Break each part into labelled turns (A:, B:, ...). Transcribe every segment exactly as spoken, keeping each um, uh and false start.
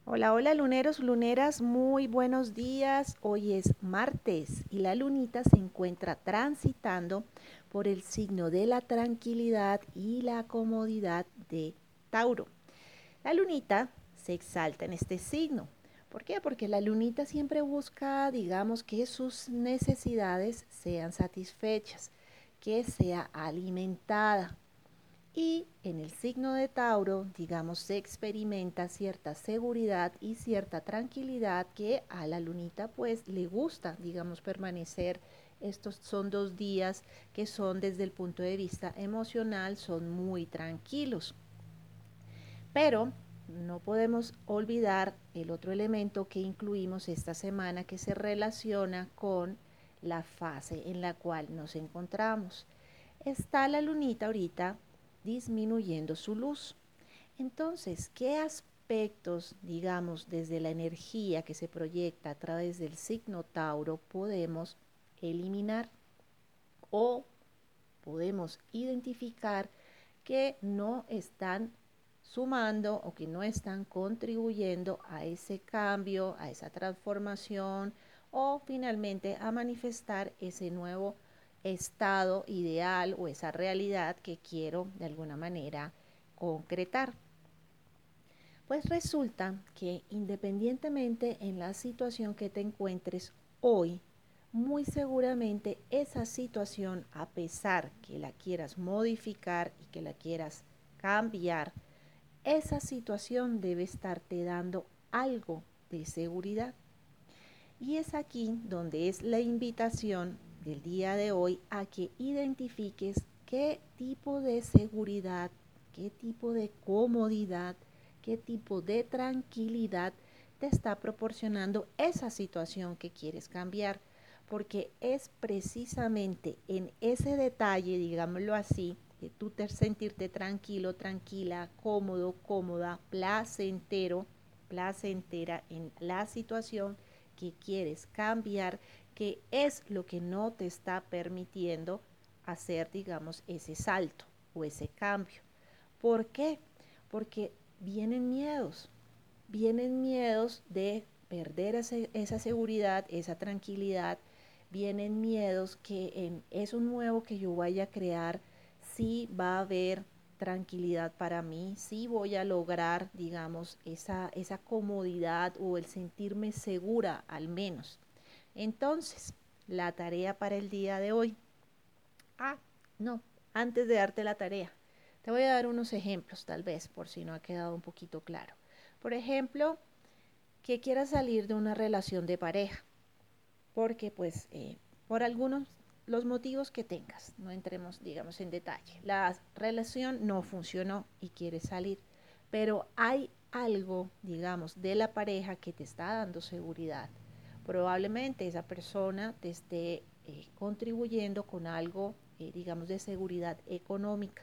A: Hola, hola luneros, luneras, muy buenos días. Hoy es martes y la lunita se encuentra transitando por el signo de la tranquilidad y la comodidad de Tauro. La lunita se exalta en este signo. ¿Por qué? Porque la lunita siempre busca, digamos, que sus necesidades sean satisfechas, que sea alimentada. Y en el signo de Tauro, digamos, se experimenta cierta seguridad y cierta tranquilidad que a la lunita pues le gusta, digamos, permanecer. Estos son dos días que son desde el punto de vista emocional, son muy tranquilos. Pero no podemos olvidar el otro elemento que incluimos esta semana que se relaciona con la fase en la cual nos encontramos. Está la lunita ahorita disminuyendo su luz. Entonces, ¿qué aspectos, digamos, desde la energía que se proyecta a través del signo Tauro podemos eliminar o podemos identificar que no están sumando o que no están contribuyendo a ese cambio, a esa transformación o finalmente a manifestar ese nuevo estado ideal o esa realidad que quiero de alguna manera concretar? Pues resulta que independientemente en la situación que te encuentres hoy, muy seguramente esa situación, a pesar que la quieras modificar y que la quieras cambiar, esa situación debe estarte dando algo de seguridad. Y es aquí donde es la invitación del día de hoy a que identifiques qué tipo de seguridad, qué tipo de comodidad, qué tipo de tranquilidad te está proporcionando esa situación que quieres cambiar. Porque es precisamente en ese detalle, digámoslo así, de tú te sentirte tranquilo, tranquila, cómodo, cómoda, placentero, placentera en la situación que quieres cambiar, que es lo que no te está permitiendo hacer, digamos, ese salto o ese cambio. ¿Por qué? Porque vienen miedos, vienen miedos de perder ese, esa seguridad, esa tranquilidad, vienen miedos que en eso nuevo que yo vaya a crear, sí va a haber tranquilidad para mí, sí voy a lograr, digamos, esa, esa comodidad o el sentirme segura al menos. Entonces, la tarea para el día de hoy. Ah, no, antes de darte la tarea, te voy a dar unos ejemplos tal vez por si no ha quedado un poquito claro. Por ejemplo, que quieras salir de una relación de pareja, porque pues eh, por algunos los motivos que tengas, no entremos digamos en detalle, la relación no funcionó y quieres salir, pero hay algo digamos de la pareja que te está dando seguridad. Probablemente esa persona te esté eh, contribuyendo con algo, eh, digamos, de seguridad económica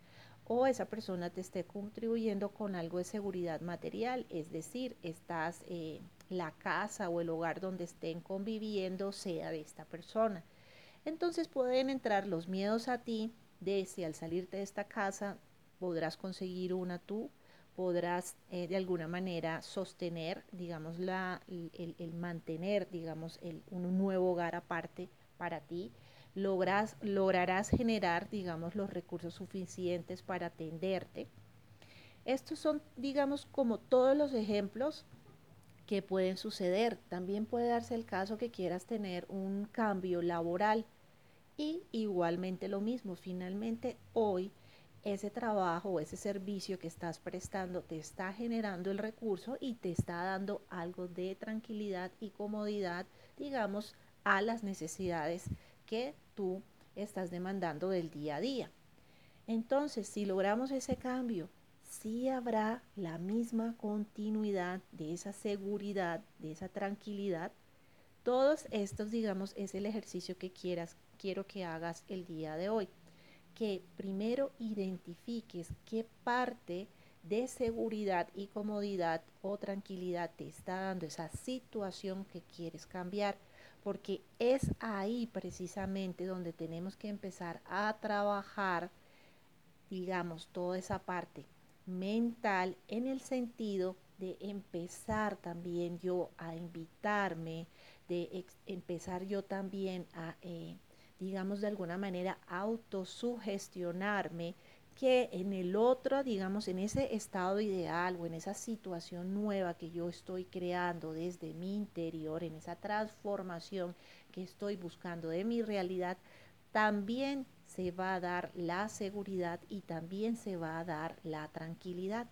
A: o esa persona te esté contribuyendo con algo de seguridad material, es decir, estás eh, la casa o el hogar donde estén conviviendo sea de esta persona. Entonces pueden entrar los miedos a ti de si al salirte de esta casa podrás conseguir una tú, podrás eh, de alguna manera sostener, digamos, la, el, el mantener, digamos, el, un nuevo hogar aparte para ti, logras, lograrás generar, digamos, los recursos suficientes para atenderte. Estos son, digamos, como todos los ejemplos que pueden suceder. También puede darse el caso que quieras tener un cambio laboral y igualmente lo mismo, finalmente hoy ese trabajo o ese servicio que estás prestando te está generando el recurso y te está dando algo de tranquilidad y comodidad, digamos, a las necesidades que tú estás demandando del día a día. Entonces, si logramos ese cambio, sí habrá la misma continuidad de esa seguridad, de esa tranquilidad. Todos estos, digamos, es el ejercicio que quieras, quiero que hagas el día de hoy. Que primero identifiques qué parte de seguridad y comodidad o tranquilidad te está dando esa situación que quieres cambiar, porque es ahí precisamente donde tenemos que empezar a trabajar, digamos, toda esa parte mental en el sentido de empezar también yo a invitarme, de ex- empezar yo también a, eh, digamos, de alguna manera autosugestionarme, que en el otro, digamos, en ese estado ideal o en esa situación nueva que yo estoy creando desde mi interior, en esa transformación que estoy buscando de mi realidad, también se va a dar la seguridad y también se va a dar la tranquilidad.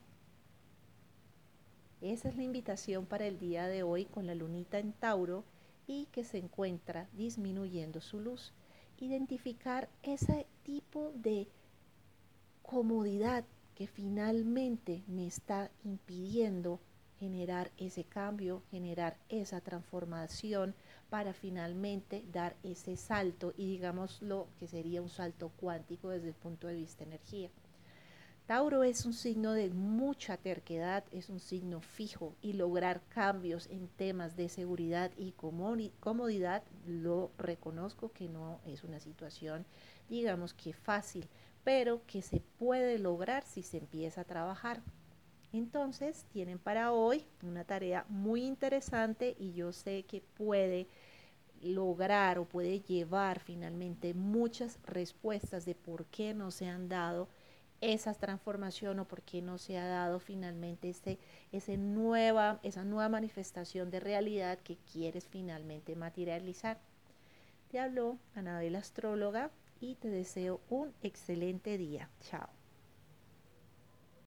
A: Esa es la invitación para el día de hoy con la lunita en Tauro y que se encuentra disminuyendo su luz. Identificar ese tipo de comodidad que finalmente me está impidiendo generar ese cambio, generar esa transformación para finalmente dar ese salto y digámoslo que sería un salto cuántico desde el punto de vista de energía. Tauro es un signo de mucha terquedad, es un signo fijo y lograr cambios en temas de seguridad y comodidad lo reconozco que no es una situación, digamos que fácil, pero que se puede lograr si se empieza a trabajar. Entonces tienen para hoy una tarea muy interesante y yo sé que puede lograr o puede llevar finalmente muchas respuestas de por qué no se han dado esa transformación o por qué no se ha dado finalmente ese, ese nueva, esa nueva manifestación de realidad que quieres finalmente materializar. Te habló Anabel Astróloga y te deseo un excelente día. Chao.